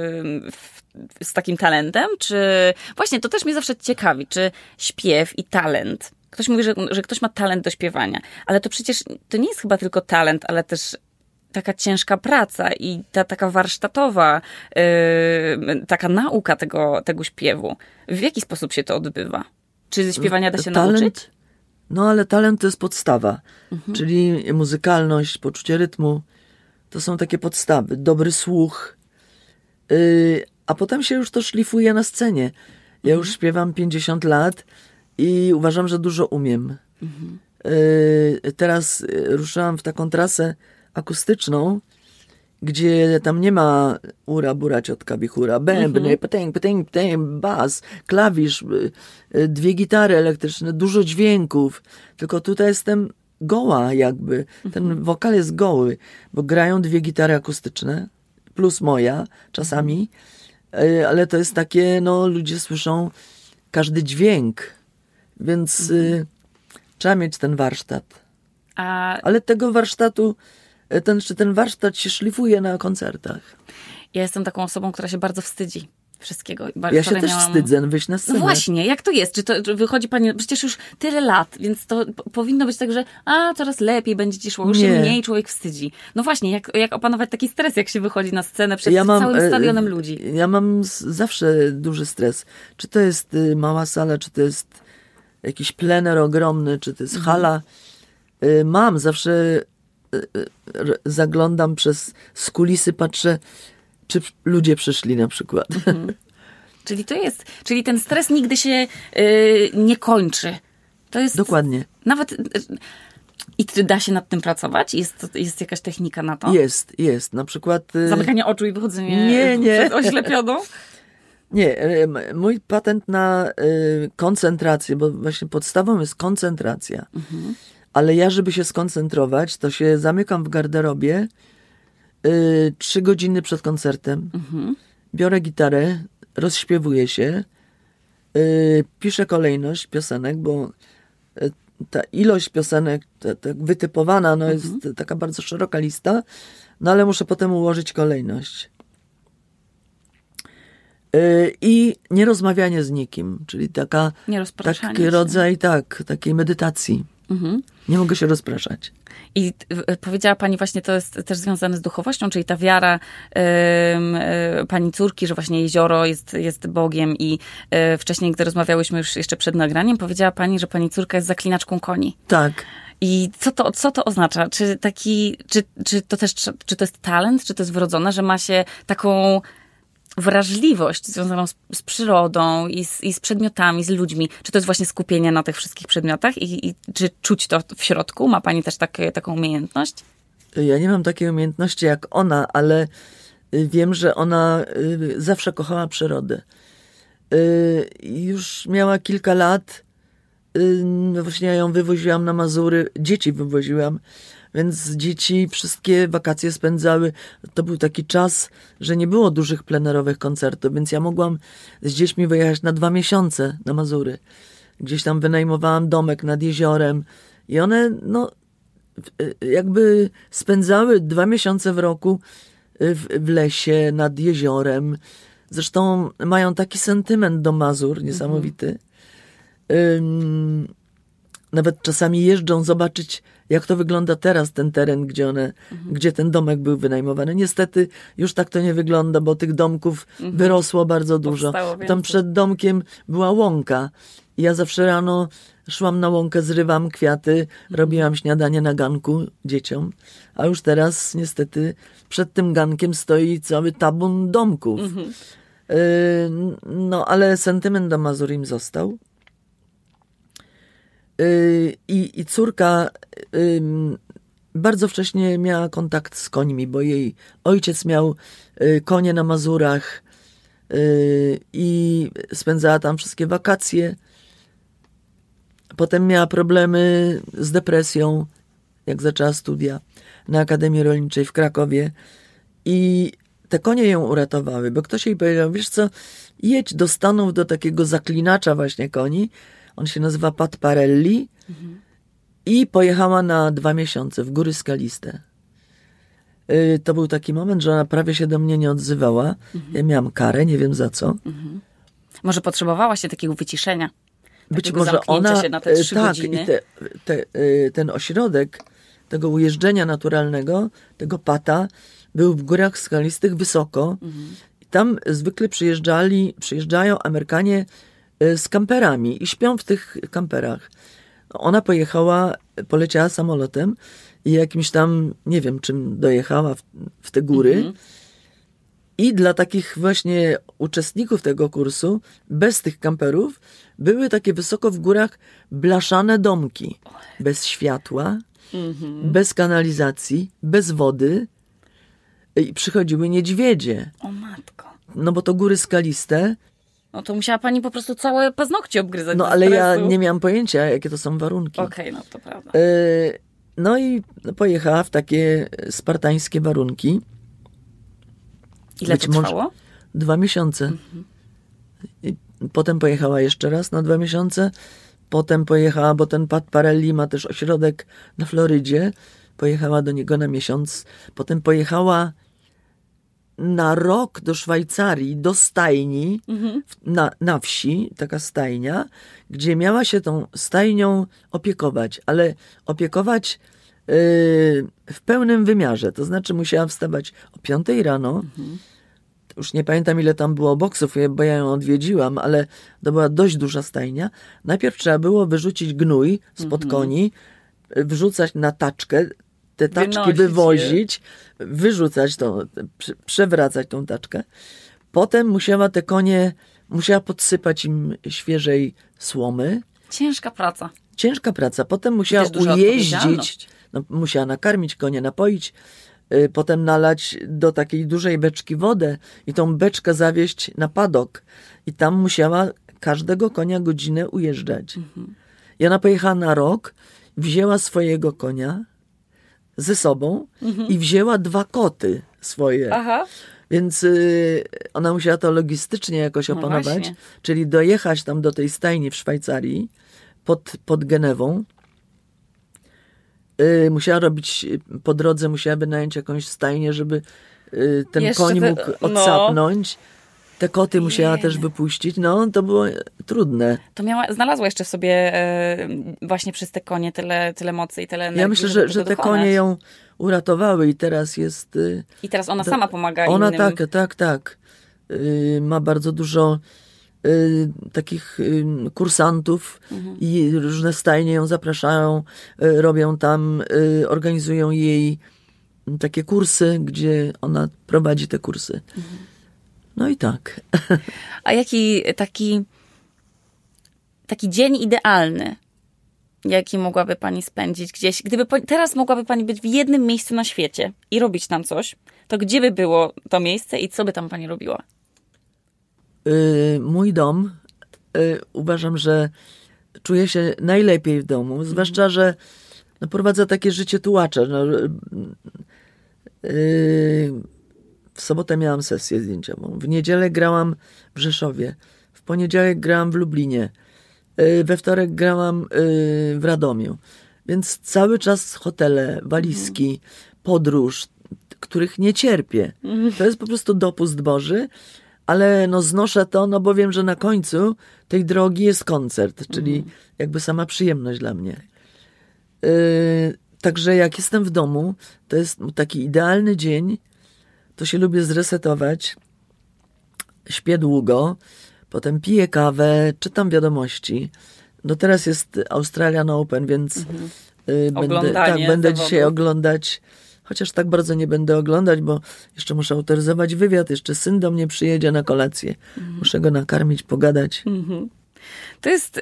w, z takim talentem? Czy właśnie to też mnie zawsze ciekawi, czy śpiew i talent. Ktoś mówi, że, że ktoś ma talent do śpiewania, ale to przecież to nie jest chyba tylko talent, ale też taka ciężka praca i ta taka warsztatowa, yy, taka nauka tego, tego śpiewu. W jaki sposób się to odbywa? Czy ze śpiewania da się talent, nauczyć? No ale talent to jest podstawa, mhm. czyli muzykalność, poczucie rytmu. To są takie podstawy. Dobry słuch. Yy, a potem się już to szlifuje na scenie. Ja mhm. już śpiewam pięćdziesiąt lat i uważam, że dużo umiem. Mhm. Yy, teraz ruszyłam w taką trasę akustyczną, gdzie tam nie ma ura, bura, ciotka, bichura, bębny, mm-hmm. petęk, petęk, petęk, bas, klawisz, dwie gitary elektryczne, dużo dźwięków. Tylko tutaj jestem goła jakby. Ten mm-hmm. wokal jest goły, bo grają dwie gitary akustyczne, plus moja czasami, ale to jest takie, no ludzie słyszą każdy dźwięk, więc mm-hmm. y, trzeba mieć ten warsztat. A... Ale tego warsztatu Ten, czy ten warsztat się szlifuje na koncertach. Ja jestem taką osobą, która się bardzo wstydzi wszystkiego. Ja się też miałam... wstydzę wyjść na scenę. No właśnie, jak to jest? Czy to czy wychodzi pani, przecież już tyle lat, więc to powinno być tak, że a, coraz lepiej będzie ci szło, już się mniej człowiek wstydzi. No właśnie, jak, jak opanować taki stres, jak się wychodzi na scenę przed ja mam, całym stadionem ludzi? Ja mam zawsze duży stres. Czy to jest mała sala, czy to jest jakiś plener ogromny, czy to jest mhm. hala. y, mam zawsze, y, y, zaglądam przez z kulisy, patrzę, czy ludzie przyszli na przykład. Mhm. Czyli to jest, czyli ten stres nigdy się y, nie kończy. To jest... Dokładnie. Nawet... Y, I da się nad tym pracować? Jest, jest jakaś technika na to? Jest, jest. Na przykład... Y, Zamykanie oczu i wychodzenie nie, nie. przed oślepioną? Nie, mój patent na y, koncentrację, bo właśnie podstawą jest koncentracja. Mhm. Ale ja, żeby się skoncentrować, to się zamykam w garderobie y, trzy godziny przed koncertem. Mhm. Biorę gitarę, rozśpiewuję się, y, piszę kolejność piosenek, bo y, ta ilość piosenek ta, ta wytypowana no, mhm. jest taka bardzo szeroka lista, no ale muszę potem ułożyć kolejność. I nierozmawianie z nikim, czyli taka, taki się. rodzaj tak, takiej medytacji. Mhm. Nie mogę się rozpraszać. I powiedziała pani właśnie, to jest też związane z duchowością, czyli ta wiara y, y, pani córki, że właśnie jezioro jest, jest Bogiem i y, wcześniej, gdy rozmawiałyśmy już jeszcze przed nagraniem, powiedziała pani, że pani córka jest zaklinaczką koni. Tak. I co to, co to oznacza? Czy taki, czy, czy to też, czy to jest talent, czy to jest wrodzone, że ma się taką wrażliwość związaną z, z przyrodą i z, i z przedmiotami, z ludźmi. Czy to jest właśnie skupienie na tych wszystkich przedmiotach i, i czy czuć to w środku? Ma pani też takie, taką umiejętność? Ja nie mam takiej umiejętności jak ona, ale wiem, że ona zawsze kochała przyrodę. Już miała kilka lat. Właśnie ja ją wywoziłam na Mazury. Dzieci wywoziłam. Więc dzieci wszystkie wakacje spędzały. To był taki czas, że nie było dużych plenerowych koncertów, więc ja mogłam z dziećmi wyjechać na dwa miesiące na Mazury. Gdzieś tam wynajmowałam domek nad jeziorem i one no jakby spędzały dwa miesiące w roku w, w lesie, nad jeziorem. Zresztą mają taki sentyment do Mazur niesamowity. Um, nawet czasami jeżdżą zobaczyć, jak to wygląda teraz, ten teren, gdzie one, mhm. gdzie ten domek był wynajmowany. Niestety już tak to nie wygląda, bo tych domków mhm. wyrosło bardzo dużo. Tam przed domkiem była łąka. I ja zawsze rano szłam na łąkę, zrywam kwiaty, mhm. robiłam śniadanie na ganku dzieciom. A już teraz niestety przed tym gankiem stoi cały tabun domków. Mhm. Yy, no ale sentyment do Mazur im został. I, i córka y, bardzo wcześnie miała kontakt z końmi, bo jej ojciec miał y, konie na Mazurach y, i spędzała tam wszystkie wakacje. Potem miała problemy z depresją, jak zaczęła studia na Akademii Rolniczej w Krakowie. I te konie ją uratowały, bo ktoś jej powiedział, wiesz co, jedź do Stanów, do takiego zaklinacza właśnie koni. On się nazywa Pat Parelli mhm. i pojechała na dwa miesiące w góry skaliste. Yy, to był taki moment, że ona prawie się do mnie nie odzywała. Mhm. Ja miałam karę, nie wiem za co. Mhm. Może potrzebowała się takiego wyciszenia. Być może ona, się na te trzy tak, godziny. i te, te, ten ośrodek tego ujeżdżenia naturalnego, tego Pata, był w górach skalistych wysoko. Mhm. I tam zwykle przyjeżdżali, przyjeżdżają Amerykanie z kamperami i śpią w tych kamperach. Ona pojechała, poleciała samolotem i jakimś tam, nie wiem czym dojechała w, w te góry. Mm-hmm. I dla takich właśnie uczestników tego kursu, bez tych kamperów, były takie wysoko w górach blaszane domki. Bez światła, mm-hmm. bez kanalizacji, bez wody. I przychodziły niedźwiedzie. O matko. No bo to góry skaliste. No to musiała pani po prostu całe paznokcie obgryzać. No ale stresu. Ja nie miałam pojęcia, jakie to są warunki. Okej, okay, no to prawda. Yy, no i pojechała w takie spartańskie warunki. Ile Być to trwało? Może dwa miesiące. Mhm. I potem pojechała jeszcze raz na dwa miesiące. Potem pojechała, bo ten Pat Parelli ma też ośrodek na Florydzie. Pojechała do niego na miesiąc. Potem pojechała na rok do Szwajcarii, do stajni, mhm. na, na wsi, taka stajnia, gdzie miała się tą stajnią opiekować, ale opiekować yy, w pełnym wymiarze. To znaczy musiała wstawać o piątej rano. Mhm. Już nie pamiętam, ile tam było boksów, bo ja ją odwiedziłam, ale to była dość duża stajnia. Najpierw trzeba było wyrzucić gnój spod mhm. koni, wrzucać na taczkę, te taczki Wynosić wywozić, je. wyrzucać tą, przewracać tą taczkę. Potem musiała te konie, musiała podsypać im świeżej słomy. Ciężka praca. Ciężka praca. Potem musiała ujeździć, no, musiała nakarmić konie, napoić, y, potem nalać do takiej dużej beczki wodę i tą beczkę zawieźć na padok. I tam musiała każdego konia godzinę ujeżdżać. Mhm. I ona pojechała na rok, wzięła swojego konia ze sobą mhm. i wzięła dwa koty swoje. Aha. Więc y, ona musiała to logistycznie jakoś opanować, no czyli dojechać tam do tej stajni w Szwajcarii pod, pod Genewą. Y, musiała robić, po drodze musiałaby nająć jakąś stajnię, żeby y, ten Jeszcze koń mógł te, odsapnąć. No. Te koty musiała Nie. też wypuścić. No, to było trudne. To miała, znalazła jeszcze sobie e, właśnie przez te konie tyle, tyle mocy i tyle energii. Ja myślę, że, że te dokonać. konie ją uratowały i teraz jest... Y, I teraz ona to, sama pomaga ona innym. Ona tak, tak, tak. Y, ma bardzo dużo y, takich y, kursantów mhm. i różne stajnie ją zapraszają, y, robią tam, y, organizują jej takie kursy, gdzie ona prowadzi te kursy. Mhm. No i tak. A jaki taki, taki dzień idealny, jaki mogłaby pani spędzić gdzieś? Gdyby po, teraz mogłaby pani być w jednym miejscu na świecie i robić tam coś, to gdzie by było to miejsce i co by tam pani robiła? Yy, mój dom. Yy, uważam, że czuję się najlepiej w domu. Mm. Zwłaszcza, że no, prowadzę takie życie tułacza. No, yy, W sobotę miałam sesję zdjęciową. W niedzielę grałam w Rzeszowie. W poniedziałek grałam w Lublinie. We wtorek grałam w Radomiu. Więc cały czas hotele, walizki, mhm. podróż, których nie cierpię. Mhm. To jest po prostu dopust Boży, ale no znoszę to, no bo wiem, że na końcu tej drogi jest koncert, czyli mhm. jakby sama przyjemność dla mnie. Yy, także jak jestem w domu, to jest taki idealny dzień, to się lubię zresetować, śpię długo, potem piję kawę, czytam wiadomości. No teraz jest Australian Open, więc mhm. y, będę, tak, będę dzisiaj oglądać, chociaż tak bardzo nie będę oglądać, bo jeszcze muszę autoryzować wywiad, jeszcze syn do mnie przyjedzie na kolację. Mhm. Muszę go nakarmić, pogadać. Mhm. To jest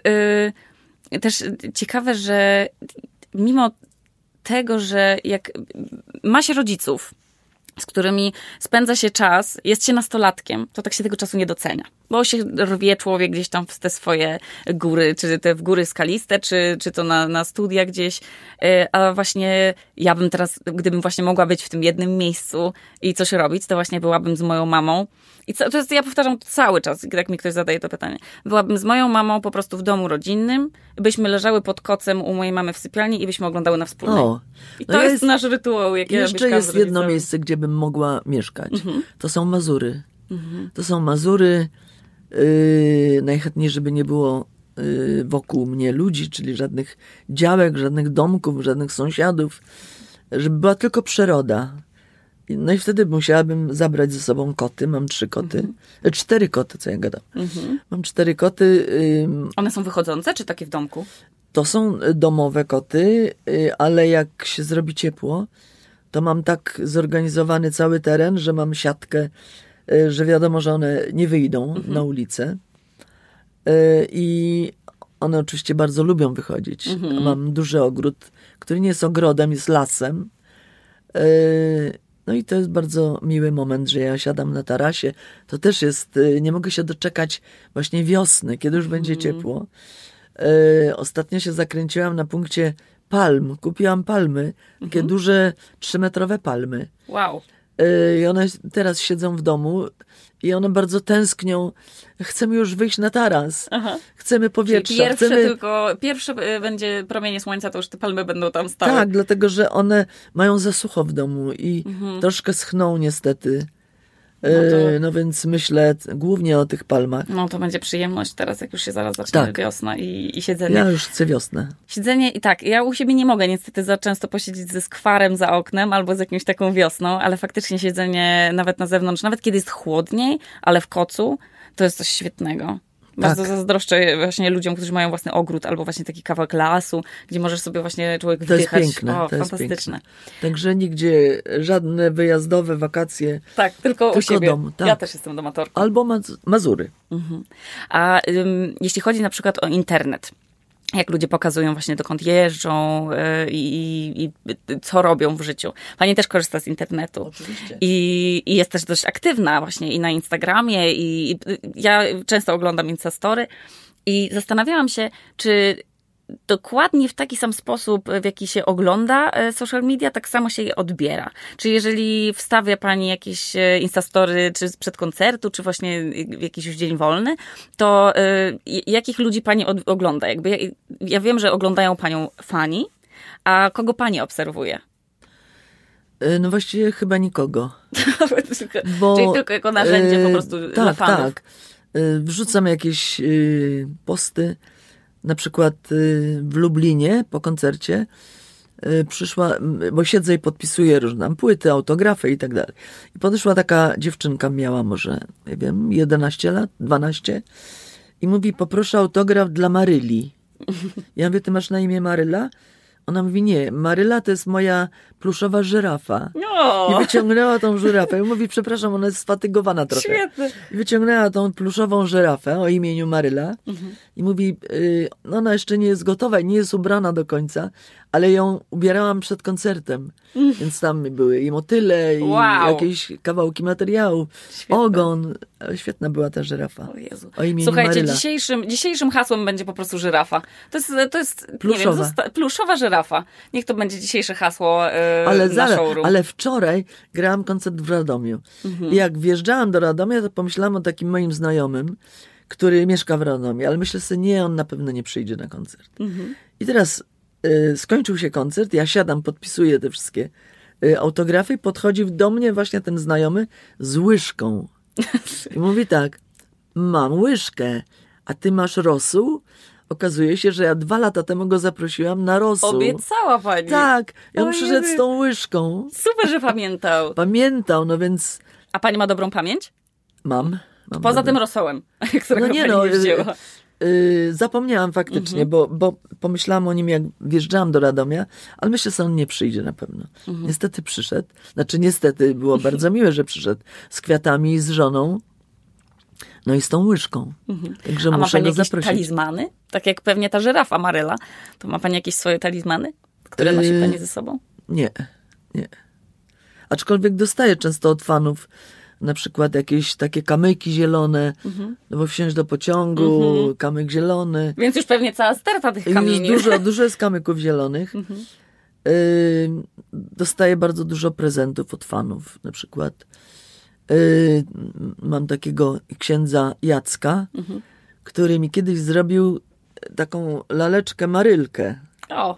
y, też ciekawe, że mimo tego, że jak ma się rodziców, z którymi spędza się czas, jest się nastolatkiem, to tak się tego czasu nie docenia. Bo się rwie człowiek gdzieś tam w te swoje góry, czy te w góry skaliste, czy, czy to na, na studia gdzieś. A właśnie ja bym teraz, gdybym właśnie mogła być w tym jednym miejscu i coś robić, to właśnie byłabym z moją mamą. I co, to jest, ja powtarzam to cały czas, jak mi ktoś zadaje to pytanie. Byłabym z moją mamą po prostu w domu rodzinnym, byśmy leżały pod kocem u mojej mamy w sypialni i byśmy oglądały na wspólnej. O, I to no jest, jest nasz rytuał. Jak jeszcze ja jest jedno miejsce, gdzie bym mogła mieszkać. Mhm. To są Mazury. Mhm. To są Mazury. Yy, najchętniej, żeby nie było yy, wokół mnie ludzi, czyli żadnych działek, żadnych domków, żadnych sąsiadów. Żeby była tylko przyroda. No i wtedy musiałabym zabrać ze sobą koty. Mam trzy koty. Mhm. Cztery koty, co ja gadam. Mhm. Mam cztery koty. Yy, One są wychodzące, czy takie w domku? To są domowe koty, yy, ale jak się zrobi ciepło, to mam tak zorganizowany cały teren, że mam siatkę, yy, że wiadomo, że one nie wyjdą mhm. na ulicę. Yy, I one oczywiście bardzo lubią wychodzić. Mhm. Mam duży ogród, który nie jest ogrodem, jest lasem. Yy, No i to jest bardzo miły moment, że ja siadam na tarasie. To też jest, nie mogę się doczekać właśnie wiosny, kiedy już będzie ciepło. Yy, ostatnio się zakręciłam na punkcie palm. Kupiłam palmy, takie mhm. duże, trzymetrowe palmy. Wow. Yy, I one teraz siedzą w domu i one bardzo tęsknią. Chcemy już wyjść na taras. Aha. Chcemy powietrza. Czyli pierwsze chcemy... tylko, pierwsze będzie promienie słońca, to już te palmy będą tam stały. Tak, dlatego, że one mają za sucho w domu i mhm. troszkę schną niestety. No, to... no więc myślę głównie o tych palmach. No to będzie przyjemność teraz, jak już się zaraz zacznie tak. wiosna i, i siedzenie. Ja już chcę wiosnę. Siedzenie i tak, ja u siebie nie mogę niestety za często posiedzieć ze skwarem za oknem albo z jakimś taką wiosną, ale faktycznie siedzenie nawet na zewnątrz, nawet kiedy jest chłodniej, ale w kocu, to jest coś świetnego. Bardzo Tak. zazdroszczę właśnie ludziom, którzy mają własny ogród albo właśnie taki kawałek lasu, gdzie możesz sobie właśnie człowiek To jest wdychać. piękne, O, to jest fantastyczne. piękne. Także nigdzie żadne wyjazdowe wakacje, Tak, tylko, Tylko u siebie. dom, tak. Ja też jestem domatorką. albo Maz- Mazury. Mhm. A ym, jeśli chodzi na przykład o internet, jak ludzie pokazują właśnie dokąd jeżdżą y, i, i co robią w życiu. Pani też korzysta z internetu. Oczywiście. I, I jest też dość aktywna właśnie i na Instagramie i, i ja często oglądam Instastory i zastanawiałam się, czy dokładnie w taki sam sposób, w jaki się ogląda e, social media, tak samo się je odbiera. Czy jeżeli wstawia pani jakieś e, Instastory, czy sprzed koncertu, czy właśnie w jakiś już dzień wolny, to e, jakich ludzi pani od, ogląda? Jakby ja, ja wiem, że oglądają panią fani, a kogo pani obserwuje? Y, No właściwie chyba nikogo. Bo, Czyli tylko jako narzędzie po y, prostu tak, dla fanów. Tak, Y, Wrzucam jakieś y, posty, na przykład y, w Lublinie po koncercie y, przyszła, m, bo siedzę i podpisuję różne tam płyty, autografy i tak dalej. I podeszła taka dziewczynka, miała może, nie wiem, jedenaście lat, dwanaście i mówi, poproszę autograf dla Maryli. Ja mówię, ty masz na imię Maryla? Ona mówi, nie, Maryla to jest moja pluszowa żyrafa. No, I wyciągnęła tą żyrafę. I mówi, przepraszam, ona jest sfatygowana trochę. świetne. I wyciągnęła tą pluszową żyrafę o imieniu Maryla. Mhm. I mówi, y, no ona jeszcze nie jest gotowa i nie jest ubrana do końca, ale ją ubierałam przed koncertem. Więc tam były i motyle, i Wow. jakieś kawałki materiału, Świetne. ogon. Ale świetna była ta żyrafa. O Jezu. O imieniu Słuchajcie, Maryla. dzisiejszym, dzisiejszym hasłem będzie po prostu żyrafa. To jest, to jest Pluszowa. Nie wiem, zosta- pluszowa żyrafa. Niech to będzie dzisiejsze hasło yy, Ale, na zaraz, showroom. ale wczoraj grałam koncert w Radomiu. Mhm. I jak wjeżdżałam do Radomia, to pomyślałam o takim moim znajomym, który mieszka w Radomiu, ale myślę sobie, nie, on na pewno nie przyjdzie na koncert. Mhm. I teraz y, skończył się koncert, ja siadam, podpisuję te wszystkie y, autografy, podchodzi do mnie właśnie ten znajomy z łyżką. I mówi tak, mam łyżkę, a ty masz rosół? Okazuje się, że ja dwa lata temu go zaprosiłam na rosół. Obiecała pani. Tak, i on O przyszedł Jezu. z tą łyżką. Super, że pamiętał. Pamiętał, no więc A pani ma dobrą pamięć? mam. mam Poza dobre- tym rosołem, którego No nie pani no, nie wzięła. y, y, zapomniałam faktycznie, Mhm. bo, bo pomyślałam o nim, jak wjeżdżałam do Radomia, ale myślę, że on nie przyjdzie na pewno. Mhm. Niestety przyszedł. Znaczy niestety, było bardzo miłe, że przyszedł z kwiatami i z żoną. No i z tą łyżką. Także A ma muszę pani go jakieś zaprosić. talizmany? Tak jak pewnie ta żyrafa Maryla. To ma pani jakieś swoje talizmany, które nosi Yy, pani ze sobą? Nie, nie. Aczkolwiek dostaję często od fanów na przykład jakieś takie kamyki zielone, no bo wsiąść do pociągu, Mhm. kamyk zielony. Więc już pewnie cała sterta tych I kamieni. Już dużo, dużo jest kamyków zielonych. Mhm. Y, dostaję bardzo dużo prezentów od fanów. Na przykład y, mam takiego księdza Jacka, Mhm. który mi kiedyś zrobił taką laleczkę Marylkę. O,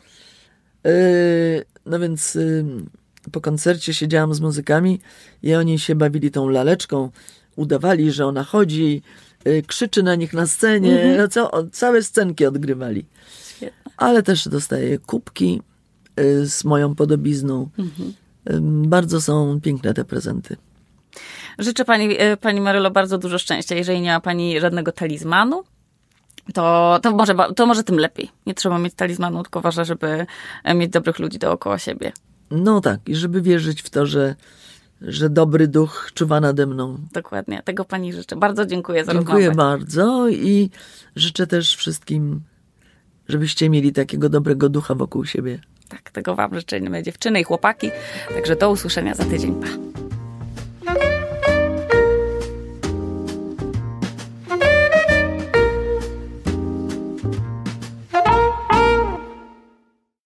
Y, no więc y, po koncercie siedziałam z muzykami i oni się bawili tą laleczką. Udawali, że ona chodzi, y, krzyczy na nich na scenie. Mhm. No co, o, całe scenki odgrywali. świetne. Ale też dostaję kubki y, z moją podobizną. Mhm. Y, Bardzo są piękne te prezenty. Życzę pani, e, pani Marylo bardzo dużo szczęścia. Jeżeli nie ma pani żadnego talizmanu, to, to, może, ba- to może tym lepiej. Nie trzeba mieć talizmanu, tylko ważne, żeby e, mieć dobrych ludzi dookoła siebie. No tak, i żeby wierzyć w to, że, że dobry duch czuwa nade mną. Dokładnie. Tego pani życzę. Bardzo dziękuję za Dziękuję rozmowę. bardzo i życzę też wszystkim, żebyście mieli takiego dobrego ducha wokół siebie. Tak, tego wam życzymy, dziewczyny i chłopaki. Także do usłyszenia za tydzień. Pa.